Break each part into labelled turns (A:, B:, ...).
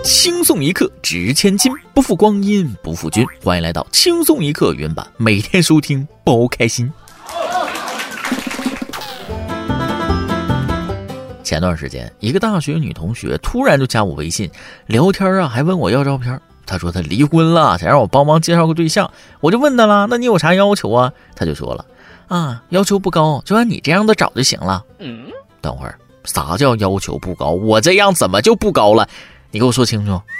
A: 轻松一刻值千金，不负光阴不负君。欢迎来到轻松一刻原版，每天收听包开心。前段时间一个大学女同学突然就加我微信聊天啊，还问我要照片。她说她离婚了，想让我帮忙介绍个对象。我就问她了，那你有啥要求啊？她就说了啊，要求不高，就按你这样的找就行了。等会儿啥叫要求不高？我这样怎么就不高了？你给我说清楚。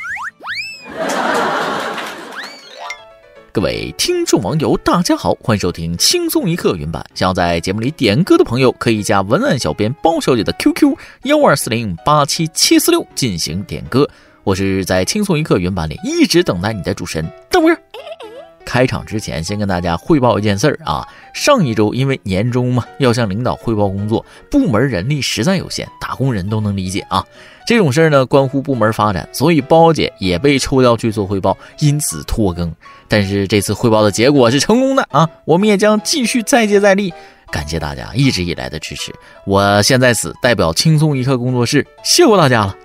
A: 各位听众网友大家好，欢迎收听轻松一刻原版。想要在节目里点歌的朋友可以加文案小编包小姐的 QQ 1240877746进行点歌。我是在轻松一刻原版里一直等待你的主持人等会儿。开场之前先跟大家汇报一件事儿啊，上一周因为年终嘛，要向领导汇报工作，部门人力实在有限，打工人都能理解啊。这种事儿呢关乎部门发展，所以包姐也被抽调去做汇报，因此拖更。但是这次汇报的结果是成功的啊，我们也将继续再接再厉。感谢大家一直以来的支持，我现在此代表轻松一刻工作室谢过大家了。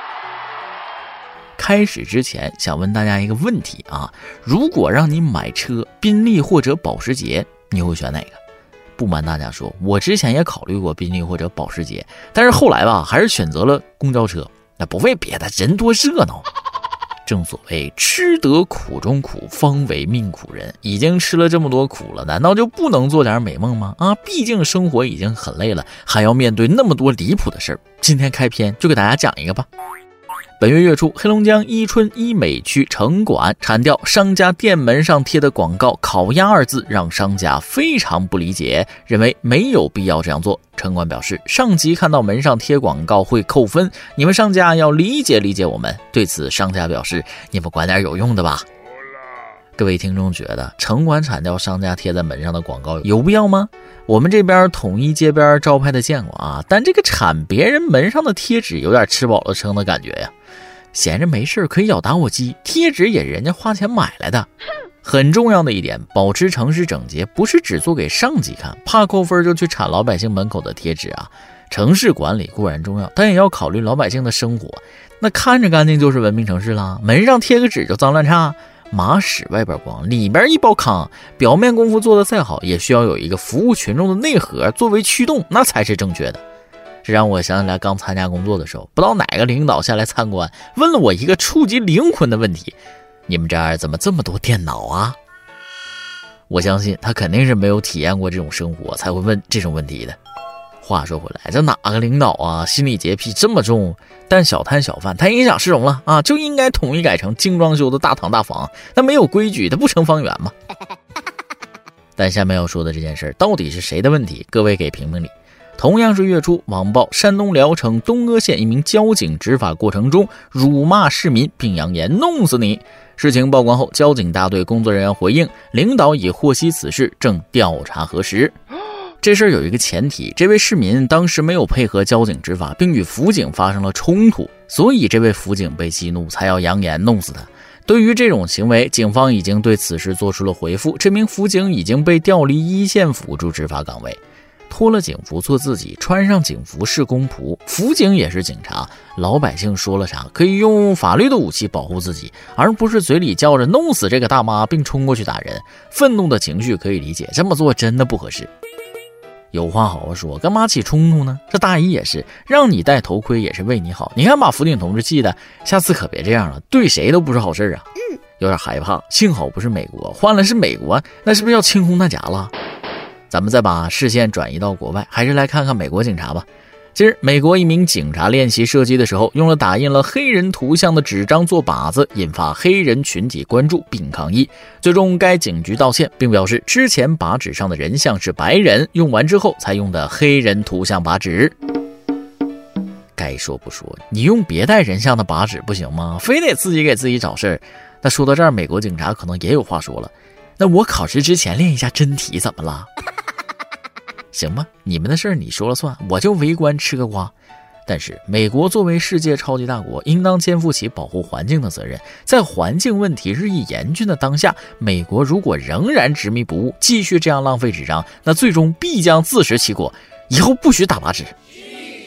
A: 开始之前想问大家一个问题啊，如果让你买车，宾利或者保时捷，你会选哪个？不瞒大家说，我之前也考虑过宾利或者保时捷，但是后来吧，还是选择了公交车。那不为别的，人多热闹。正所谓吃得苦中苦，方为命苦人。已经吃了这么多苦了，难道就不能做点美梦吗？啊，毕竟生活已经很累了，还要面对那么多离谱的事儿。今天开篇就给大家讲一个吧。本月月初，黑龙江伊春医美区城管铲掉商家店门上贴的广告烤鸭二字，让商家非常不理解，认为没有必要这样做。城管表示，上级看到门上贴广告会扣分，你们商家要理解理解我们。对此商家表示，你们管点有用的吧。各位听众觉得城管铲掉商家贴在门上的广告有必要吗？我们这边统一街边招牌的见过啊，但这个铲别人门上的贴纸有点吃饱了撑的感觉呀。闲着没事可以咬打火机，贴纸也是人家花钱买来的。很重要的一点，保持城市整洁不是只做给上级看，怕扣分就去铲老百姓门口的贴纸啊。城市管理固然重要，但也要考虑老百姓的生活。那看着干净就是文明城市啦，门上贴个纸就脏乱差。马屎外边光，里边一包糠，表面功夫做得再好，也需要有一个服务群众的内核作为驱动，那才是正确的。这让我想起来刚参加工作的时候，不知道哪个领导下来参观，问了我一个触及灵魂的问题：你们这儿怎么这么多电脑啊？我相信他肯定是没有体验过这种生活，才会问这种问题的。话说回来，这哪个领导啊，心理洁癖这么重？但小摊小贩太影响市容了啊，就应该统一改成精装修的大堂大房。那没有规矩，它不成方圆吗？但下面要说的这件事到底是谁的问题？各位给评评理。同样是月初，网曝山东聊城东阿县一名交警执法过程中辱骂市民，并扬言弄死你。事情曝光后，交警大队工作人员回应，领导已获悉此事，正调查核实。这事儿有一个前提，这位市民当时没有配合交警执法，并与辅警发生了冲突，所以这位辅警被激怒，才要扬言弄死他。对于这种行为，警方已经对此事做出了回复，这名辅警已经被调离一线辅助执法岗位。脱了警服做自己，穿上警服是公仆，辅警也是警察。老百姓说了啥，可以用法律的武器保护自己，而不是嘴里叫着弄死这个大妈并冲过去打人。愤怒的情绪可以理解，这么做真的不合适。有话好好说，干嘛起冲突呢？这大姨也是，让你戴头盔也是为你好。你看把辅警同志气的，下次可别这样了，对谁都不是好事啊。有点害怕，幸好不是美国，换了是美国，那是不是要清空大家了？咱们再把视线转移到国外，还是来看看美国警察吧。近日，美国一名警察练习射击的时候，用了打印了黑人图像的纸张做靶子，引发黑人群体关注并抗议。最终，该警局道歉，并表示之前靶纸上的人像是白人，用完之后才用的黑人图像靶纸。该说不说，你用别带人像的靶纸不行吗？非得自己给自己找事儿。那说到这儿，美国警察可能也有话说了。那我考试之前练一下真题怎么了？行吧，你们的事儿你说了算，我就围观吃个瓜。但是美国作为世界超级大国，应当肩负起保护环境的责任。在环境问题日益严峻的当下，美国如果仍然执迷不悟，继续这样浪费纸张，那最终必将自食其果，以后不许打靶纸。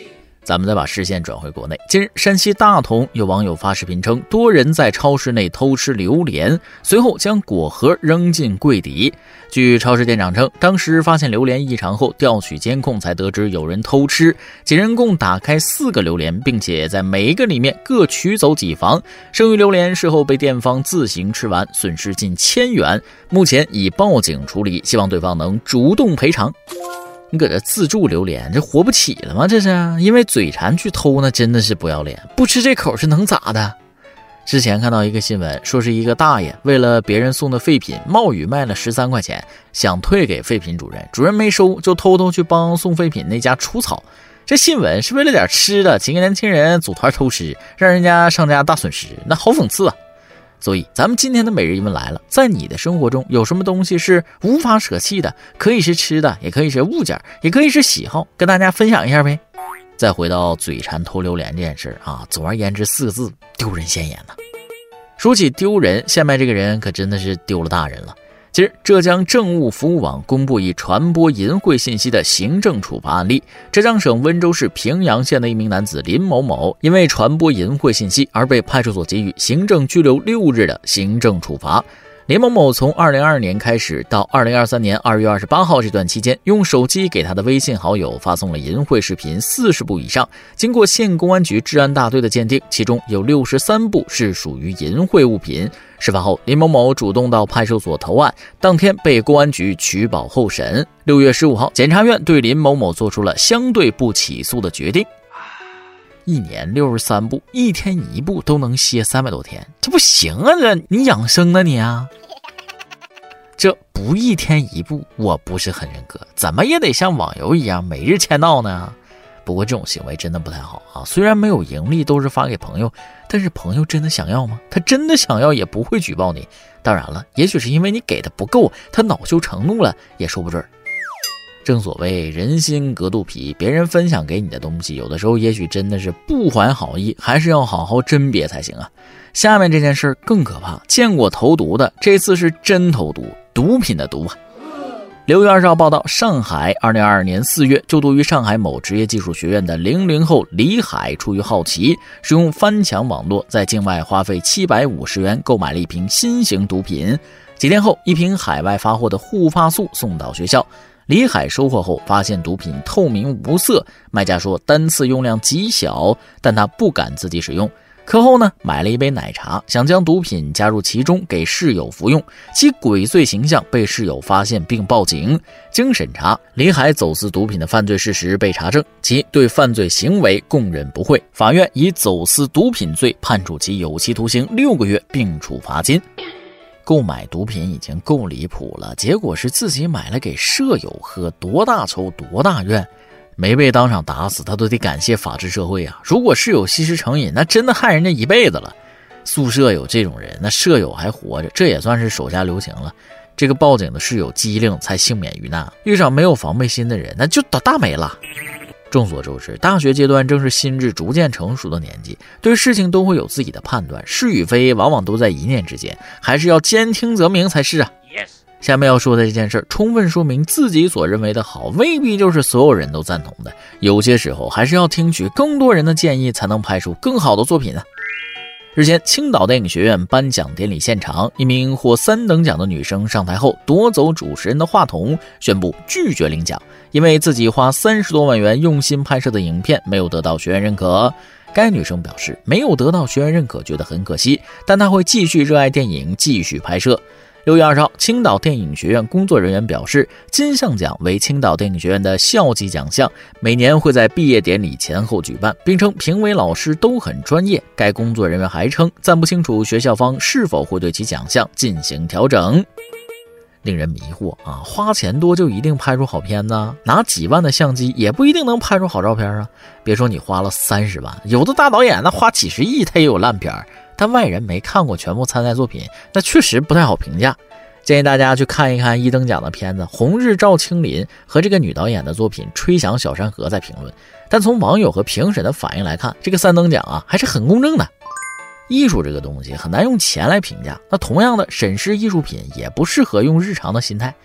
A: 咱们再把视线转回国内。近日，山西大同有网友发视频称，多人在超市内偷吃榴莲，随后将果核扔进柜底。据超市店长称，当时发现榴莲异常后，调取监控才得知有人偷吃。几人共打开4个榴莲，并且在每一个里面各取走几房，剩余榴莲事后被店方自行吃完，损失近1000元。目前已报警处理，希望对方能主动赔偿。你搁这自助榴莲，这活不起了吗？这是因为嘴馋去偷，那真的是不要脸，不吃这口是能咋的？之前看到一个新闻，说是一个大爷为了别人送的废品，冒雨卖了13块钱，想退给废品主任，主任没收，就偷偷去帮送废品那家除草。这新闻是为了点吃的，几个年轻人组团偷吃，让人家商家大损失，那好讽刺啊！所以咱们今天的每日一问来了，在你的生活中有什么东西是无法舍弃的？可以是吃的，也可以是物件，也可以是喜好，跟大家分享一下呗。再回到嘴馋偷榴莲这件事啊，总而言之4个字，丢人现眼呐。说起丢人，下面这个人可真的是丢了大人了。今日，浙江政务服务网公布一传播淫秽信息的行政处罚案例。浙江省温州市平阳县的一名男子林某某，因为传播淫秽信息而被派出所给予行政拘留6日的行政处罚。林某某从2022年开始到2023年2月28号这段期间，用手机给他的微信好友发送了淫秽视频40部以上。经过县公安局治安大队的鉴定，其中有63部是属于淫秽物品。事发后，林某某主动到派出所投案，当天被公安局取保候审。6月15号，检察院对林某某做出了相对不起诉的决定。1年63部，1天1部都能歇300多天，这不行啊！你养生呢你啊？这不1天1部，我不是很认可，怎么也得像网游一样每日签到呢？不过这种行为真的不太好啊！虽然没有盈利，都是发给朋友，但是朋友真的想要吗？他真的想要也不会举报你。当然了，也许是因为你给的不够，他恼羞成怒了，也说不准。正所谓人心隔肚皮，别人分享给你的东西，有的时候也许真的是不怀好意，还是要好好甄别才行啊。下面这件事更可怕，见过投毒的，这次是真投毒，毒品的毒啊。6月20号报道，上海2022年4月就读于上海某职业技术学院的00后李海，出于好奇，使用翻墙网络，在境外花费750元购买了一瓶新型毒品。几天后，一瓶海外发货的护发素送到学校。李海收货后发现毒品透明无色，卖家说单次用量极小，但他不敢自己使用。课后呢，买了一杯奶茶，想将毒品加入其中给室友服用，其鬼祟形象被室友发现并报警。经审查，李海走私毒品的犯罪事实被查证，其对犯罪行为供认不讳。法院以走私毒品罪判处其有期徒刑6个月，并处罚金。购买毒品已经够离谱了，结果是自己买了给舍友喝，多大仇多大怨，没被当场打死他都得感谢法治社会啊！如果室友吸食成瘾，那真的害人家一辈子了。宿舍有这种人，那舍友还活着，这也算是手下留情了。这个报警的室友机灵才幸免于难，遇上没有防备心的人，那就倒大霉了。众所周知，大学阶段正是心智逐渐成熟的年纪，对事情都会有自己的判断，是与非往往都在一念之间，还是要兼听则明才是啊。下面要说的这件事充分说明自己所认为的好未必就是所有人都赞同的，有些时候还是要听取更多人的建议，才能拍出更好的作品啊。日前，青岛电影学院颁奖典礼现场，一名获3等奖的女生上台后夺走主持人的话筒，宣布拒绝领奖，因为自己花30多万元用心拍摄的影片没有得到学院认可。该女生表示，没有得到学院认可觉得很可惜，但她会继续热爱电影，继续拍摄。6月20号，青岛电影学院工作人员表示，金像奖为青岛电影学院的校级奖项，每年会在毕业典礼前后举办，并称评委老师都很专业。该工作人员还称，暂不清楚学校方是否会对其奖项进行调整。令人迷惑啊！花钱多就一定拍出好片子？拿几万的相机也不一定能拍出好照片啊！别说你花了30万，有的大导演那花几十亿他也有烂片，但外人没看过全部参赛作品，那确实不太好评价。建议大家去看一看1等奖的片子《红日照青林》和这个女导演的作品《吹响小山河》再评论。但从网友和评审的反应来看，这个3等奖啊还是很公正的。艺术这个东西很难用钱来评价，那同样的，审视艺术品也不适合用日常的心态。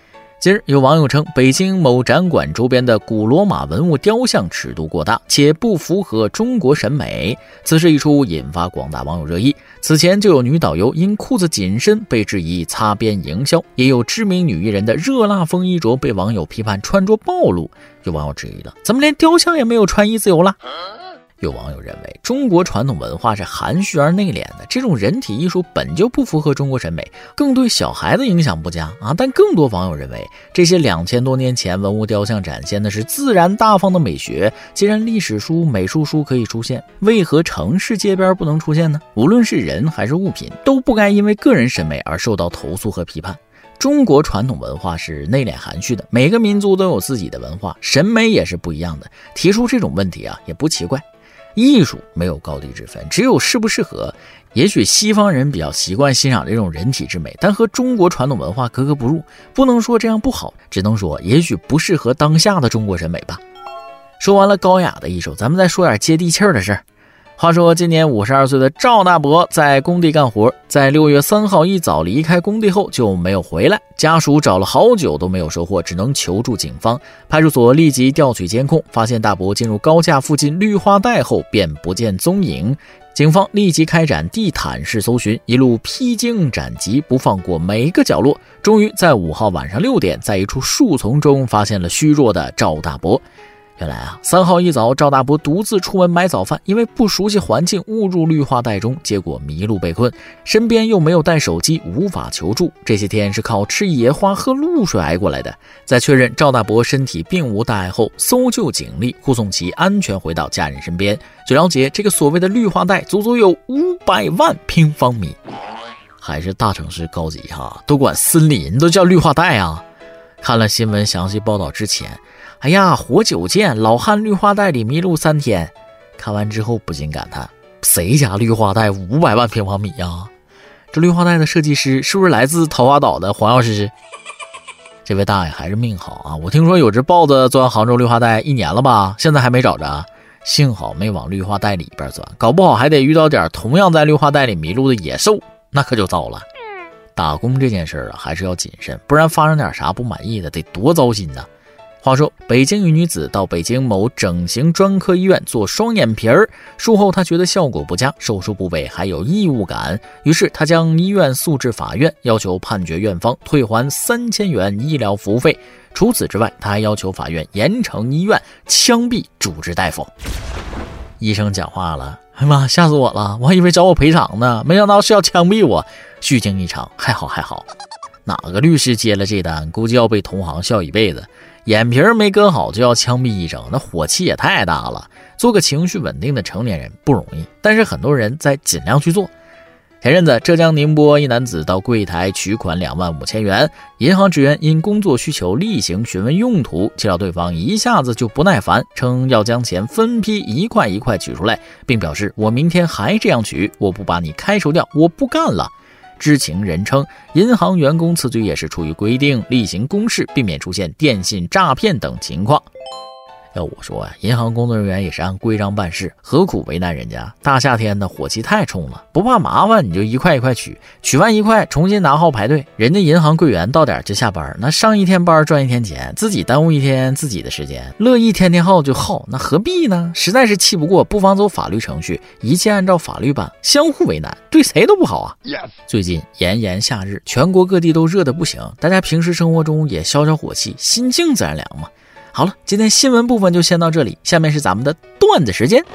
A: 近日有网友称，北京某展馆周边的古罗马文物雕像尺度过大，且不符合中国审美。此事一出，引发广大网友热议。此前就有女导游因裤子紧身被质疑擦边营销，也有知名女艺人的热辣风衣着被网友批判穿着暴露。有网友质疑了，怎么连雕像也没有穿衣自由了？有网友认为，中国传统文化是含蓄而内敛的，这种人体艺术本就不符合中国审美，更对小孩子影响不佳啊！但更多网友认为，这些2000多年前文物雕像展现的是自然大方的美学，既然历史书、美术书可以出现，为何城市街边不能出现呢？无论是人还是物品，都不该因为个人审美而受到投诉和批判。中国传统文化是内敛含蓄的，每个民族都有自己的文化，审美也是不一样的，提出这种问题啊，也不奇怪。艺术没有高低之分，只有适不适合。也许西方人比较习惯欣赏这种人体之美，但和中国传统文化格格不入，不能说这样不好，只能说也许不适合当下的中国审美吧。说完了高雅的艺术，咱们再说点接地气儿的事儿。话说今年52岁的赵大伯在工地干活，在6月3号一早离开工地后就没有回来，家属找了好久都没有收获，只能求助警方。派出所立即调取监控，发现大伯进入高架附近绿化带后便不见踪影。警方立即开展地毯式搜寻，一路披荆斩棘，不放过每个角落，终于在5号晚上6点，在一处树丛中发现了虚弱的赵大伯。原来啊，3号一早，赵大伯独自出门买早饭，因为不熟悉环境误入绿化带中，结果迷路被困，身边又没有带手机，无法求助。这些天是靠吃野花喝露水挨过来的。在确认赵大伯身体并无大碍后，搜救警力护送其安全回到家人身边。据了解，这个所谓的绿化带足足有500万平方米，还是大城市高级哈，都管森林都叫绿化带啊。看了新闻详细报道之前，哎呀，活久见，老汉绿化带里迷路3天。看完之后不禁感叹，谁家绿化带500万平方米呀？这绿化带的设计师是不是来自桃花岛的黄药师？这位大爷还是命好啊！我听说有只豹子钻杭州绿化带1年了吧，现在还没找着。幸好没往绿化带里边钻，搞不好还得遇到点同样在绿化带里迷路的野兽，那可就糟了。打工这件事啊，还是要谨慎，不然发生点啥不满意的，得多糟心呢。话说，北京一女子到北京某整形专科医院做双眼皮儿，术后她觉得效果不佳，手术部位还有异物感，于是她将医院诉至法院，要求判决院方退还3000元医疗服务费。除此之外，她还要求法院严惩医院，枪毙主治大夫。医生讲话了，哎妈，吓死我了，我还以为找我赔偿呢，没想到是要枪毙我，虚惊一场，还好。哪个律师接了这单，估计要被同行笑一辈子。眼皮没割好就要枪毙医生，那火气也太大了。做个情绪稳定的成年人不容易，但是很多人在尽量去做。前阵子，浙江宁波一男子到柜台取款25000元，银行职员因工作需求例行询问用途，岂料对方一下子就不耐烦，称要将钱分批一块一块取出来，并表示我明天还这样取，我不把你开除掉，我不干了。知情人称，银行员工此举也是出于规定，例行公事，避免出现电信诈骗等情况。要我说啊，银行工作人员也是按规章办事，何苦为难人家？大夏天的火气太冲了，不怕麻烦你就一块一块取，取完1块重新拿号排队。人家银行柜员到点就下班，那上1天班赚1天钱，自己耽误1天自己的时间，乐意天天耗就耗，那何必呢？实在是气不过，不妨走法律程序，一切按照法律办，相互为难，对谁都不好啊。最近炎炎夏日，全国各地都热得不行，大家平时生活中也消消火气，心静自然凉嘛。好了，今天新闻部分就先到这里，下面是咱们的段子时间。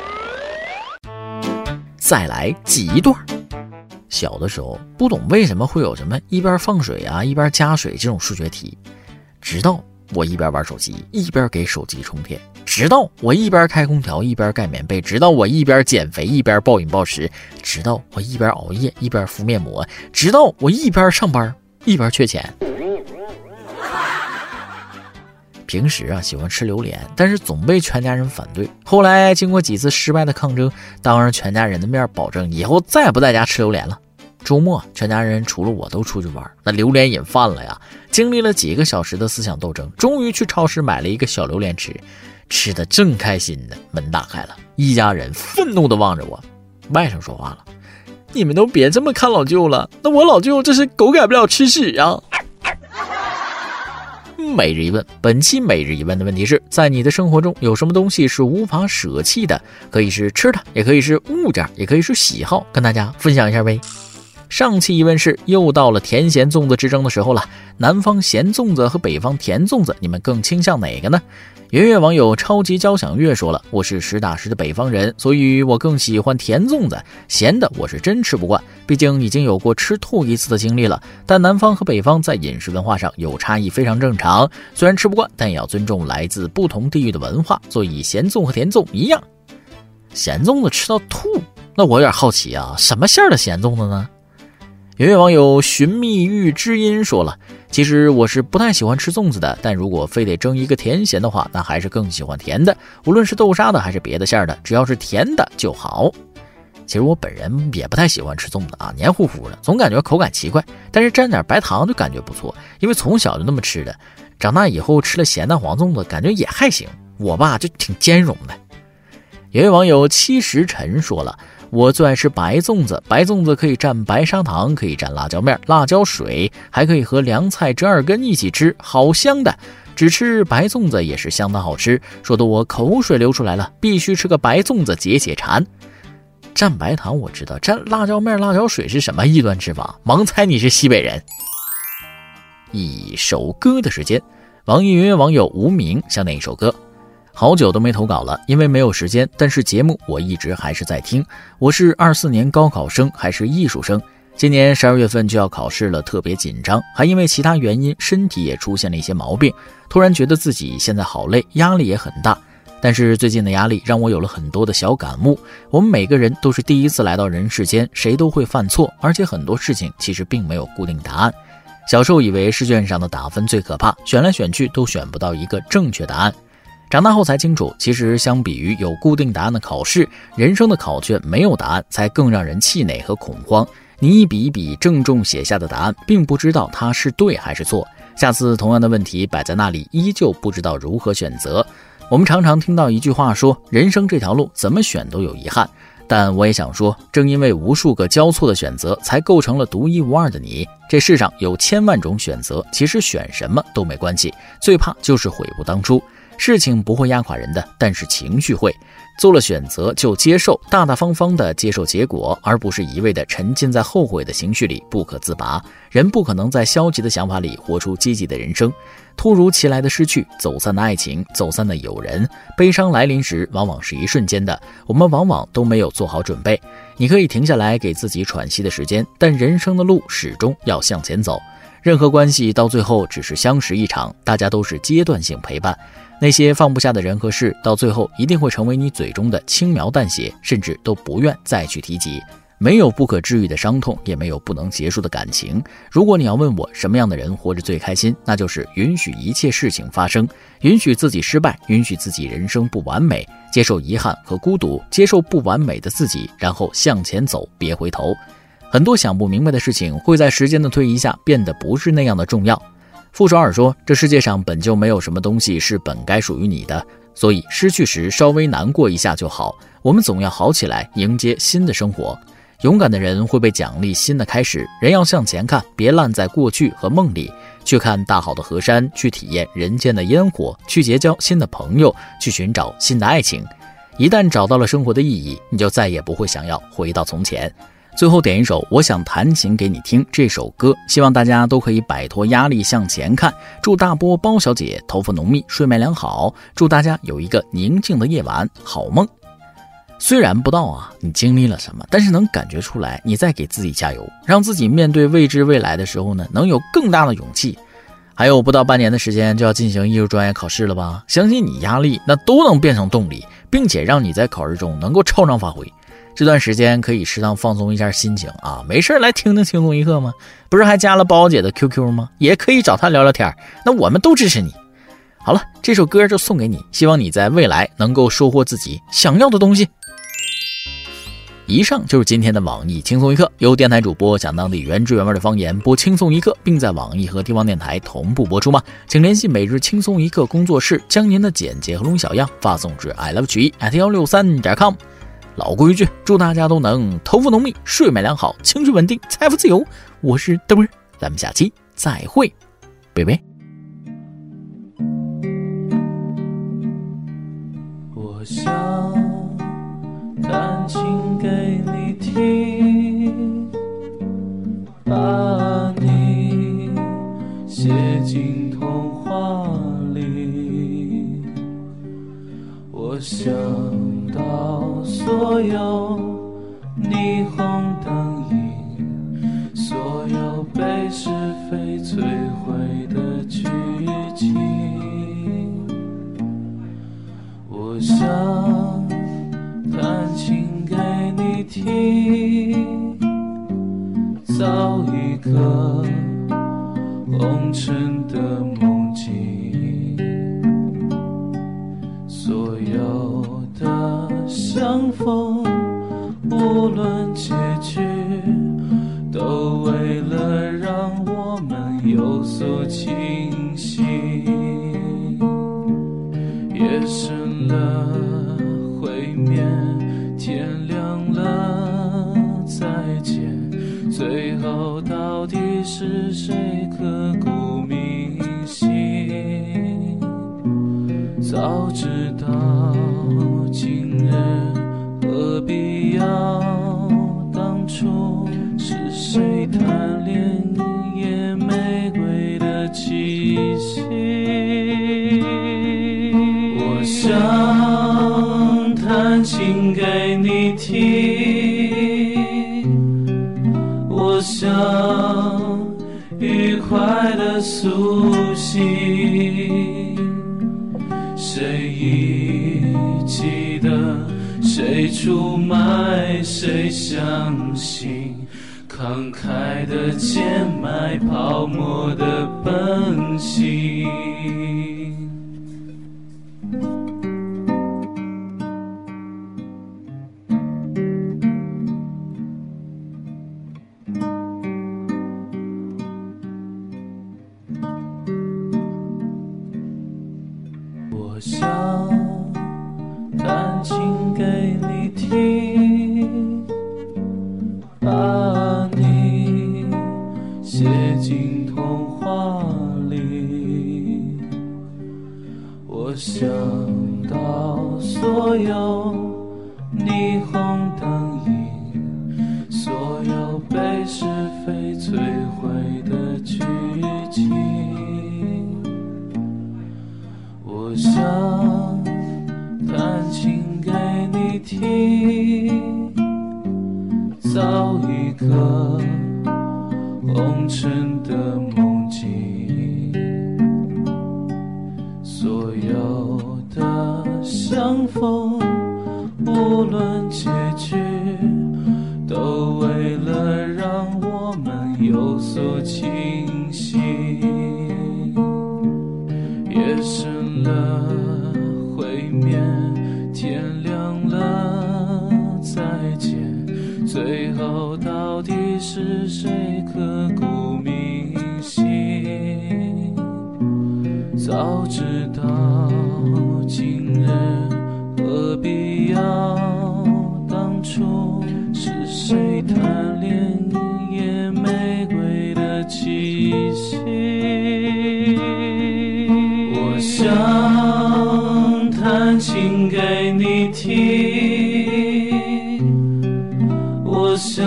A: 再来记一段。小的时候不懂为什么会有什么一边放水啊一边加水这种数学题，直到我一边玩手机一边给手机充电，直到我一边开空调一边盖棉被，直到我一边减肥一边暴饮暴食，直到我一边熬夜一边敷面膜，直到我一边上班一边缺钱。平时啊喜欢吃榴莲，但是总被全家人反对。后来经过几次失败的抗争，当着全家人的面保证以后再也不在家吃榴莲了。周末全家人除了我都出去玩，那榴莲瘾犯了呀。经历了几个小时的思想斗争，终于去超市买了一个小榴莲吃，吃得正开心呢。门打开了，一家人愤怒地望着我。外甥说话了：“你们都别这么看老舅了，那我老舅这是狗改不了吃屎啊！” 每日一问，本期每日一问的问题是，在你的生活中有什么东西是无法舍弃的？可以是吃的，也可以是物件，也可以是喜好，跟大家分享一下呗。上期疑问是，又到了甜咸粽子之争的时候了，南方咸粽子和北方甜粽子，你们更倾向哪个呢？圆月网友超级交响乐说了，我是实打实的北方人，所以我更喜欢甜粽子，咸的我是真吃不惯，毕竟已经有过吃吐一次的经历了。但南方和北方在饮食文化上有差异，非常正常，虽然吃不惯，但也要尊重来自不同地域的文化，所以咸粽和甜粽一样。咸粽子吃到吐，那我有点好奇啊，什么馅的咸粽子呢？有位网友寻觅玉知音说了，其实我是不太喜欢吃粽子的，但如果非得争一个甜咸的话，那还是更喜欢甜的，无论是豆沙的还是别的馅的，只要是甜的就好。其实我本人也不太喜欢吃粽子啊，黏糊糊的，总感觉口感奇怪，但是沾点白糖就感觉不错，因为从小就那么吃的，长大以后吃了咸蛋黄粽子感觉也还行，我吧就挺兼容的。有位网友七十晨说了，我最爱吃白粽子，白粽子可以蘸白砂糖，可以蘸辣椒面、辣椒水，还可以和凉菜折耳根一起吃，好香的。只吃白粽子也是相当好吃，说的我口水流出来了，必须吃个白粽子解解馋。蘸白糖我知道，蘸辣椒面、辣椒水是什么异端吃法？盲猜你是西北人。一首歌的时间，网易云网友无名想点一首歌。好久都没投稿了，因为没有时间，但是节目我一直还是在听。我是24年高考生，还是艺术生，今年12月份就要考试了，特别紧张，还因为其他原因身体也出现了一些毛病，突然觉得自己现在好累，压力也很大。但是最近的压力让我有了很多的小感悟，我们每个人都是第一次来到人世间，谁都会犯错，而且很多事情其实并没有固定答案。小时候以为试卷上的打分最可怕，选来选去都选不到一个正确答案。长大后才清楚，其实相比于有固定答案的考试，人生的考卷没有答案才更让人气馁和恐慌。你一笔一笔郑重写下的答案，并不知道它是对还是错，下次同样的问题摆在那里，依旧不知道如何选择。我们常常听到一句话说，人生这条路怎么选都有遗憾，但我也想说，正因为无数个交错的选择，才构成了独一无二的你。这世上有千万种选择，其实选什么都没关系，最怕就是悔不当初。事情不会压垮人的，但是情绪会。做了选择就接受，大大方方的接受结果，而不是一味的沉浸在后悔的情绪里不可自拔。人不可能在消极的想法里活出积极的人生。突如其来的失去，走散的爱情，走散的友人，悲伤来临时往往是一瞬间的，我们往往都没有做好准备。你可以停下来给自己喘息的时间，但人生的路始终要向前走。任何关系到最后只是相识一场，大家都是阶段性陪伴。那些放不下的人和事，到最后一定会成为你嘴中的轻描淡写，甚至都不愿再去提及。没有不可治愈的伤痛，也没有不能结束的感情。如果你要问我什么样的人活着最开心，那就是允许一切事情发生，允许自己失败，允许自己人生不完美，接受遗憾和孤独，接受不完美的自己，然后向前走，别回头。很多想不明白的事情会在时间的推移下变得不是那样的重要。傅首尔说，这世界上本就没有什么东西是本该属于你的，所以失去时稍微难过一下就好。我们总要好起来，迎接新的生活。勇敢的人会被奖励新的开始，人要向前看，别烂在过去和梦里，去看大好的河山，去体验人间的烟火，去结交新的朋友，去寻找新的爱情。一旦找到了生活的意义，你就再也不会想要回到从前。最后点一首我想弹琴给你听这首歌，希望大家都可以摆脱压力向前看。祝大波包小姐头发浓密，睡眠良好，祝大家有一个宁静的夜晚，好梦。虽然不知道你经历了什么，但是能感觉出来你在给自己加油，让自己面对未知未来的时候呢，能有更大的勇气。还有不到半年的时间就要进行艺术专业考试了吧，相信你压力那都能变成动力，并且让你在考试中能够超常发挥。这段时间可以适当放松一下心情没事来听听轻松一刻吗？不是还加了包姐的 QQ 吗？也可以找她聊聊天，那我们都支持你。好了，这首歌就送给你，希望你在未来能够收获自己想要的东西。以上就是今天的网易轻松一刻，由电台主播讲当地原汁原味的方言播轻松一刻，并在网易和地方电台同步播出吗？请联系每日轻松一刻工作室，将您的简介和录音小样发送至 iLoveChi@163.com。老规矩，祝大家都能头发浓密，睡眠良好，情绪稳定，财富自由。我是嘚儿，咱们下期再会，拜拜。
B: 我想弹琴给你听，把你写进童话里。我想到所有霓虹灯影，所有被是非摧毁的剧情。我想弹琴给你听，造一个红尘的梦境，所有的相逢无论结局，都为了让我们有所清醒。夜深了，会面，天亮了，再见。最后到底是谁刻骨铭心？早知道今日何必要当初？是谁贪恋野玫瑰的气息？我想弹琴给你听，我想愉快的苏醒。谁遗记得，谁出卖，谁相信，慷慨的贱卖泡沫的本性。我想弹琴给你听，把你写进童话里。我想到所有霓虹灯影，所有被是非摧毁的剧情。我想弹琴给你听，造一个红尘的梦境，所有的相逢无论结局，都为了让我们有所清醒。夜深了，会面，天亮了，再见。最后到底是谁刻骨铭心？早知道今日何必要当初？是谁贪恋野玫瑰的气息？我想弹琴给你听，我想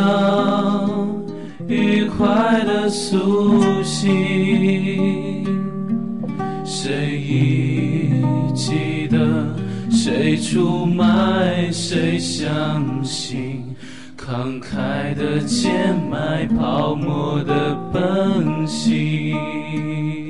B: 愉快的苏醒。谁遗记得，谁出卖，谁相信，慷慨的贱卖泡沫的本性。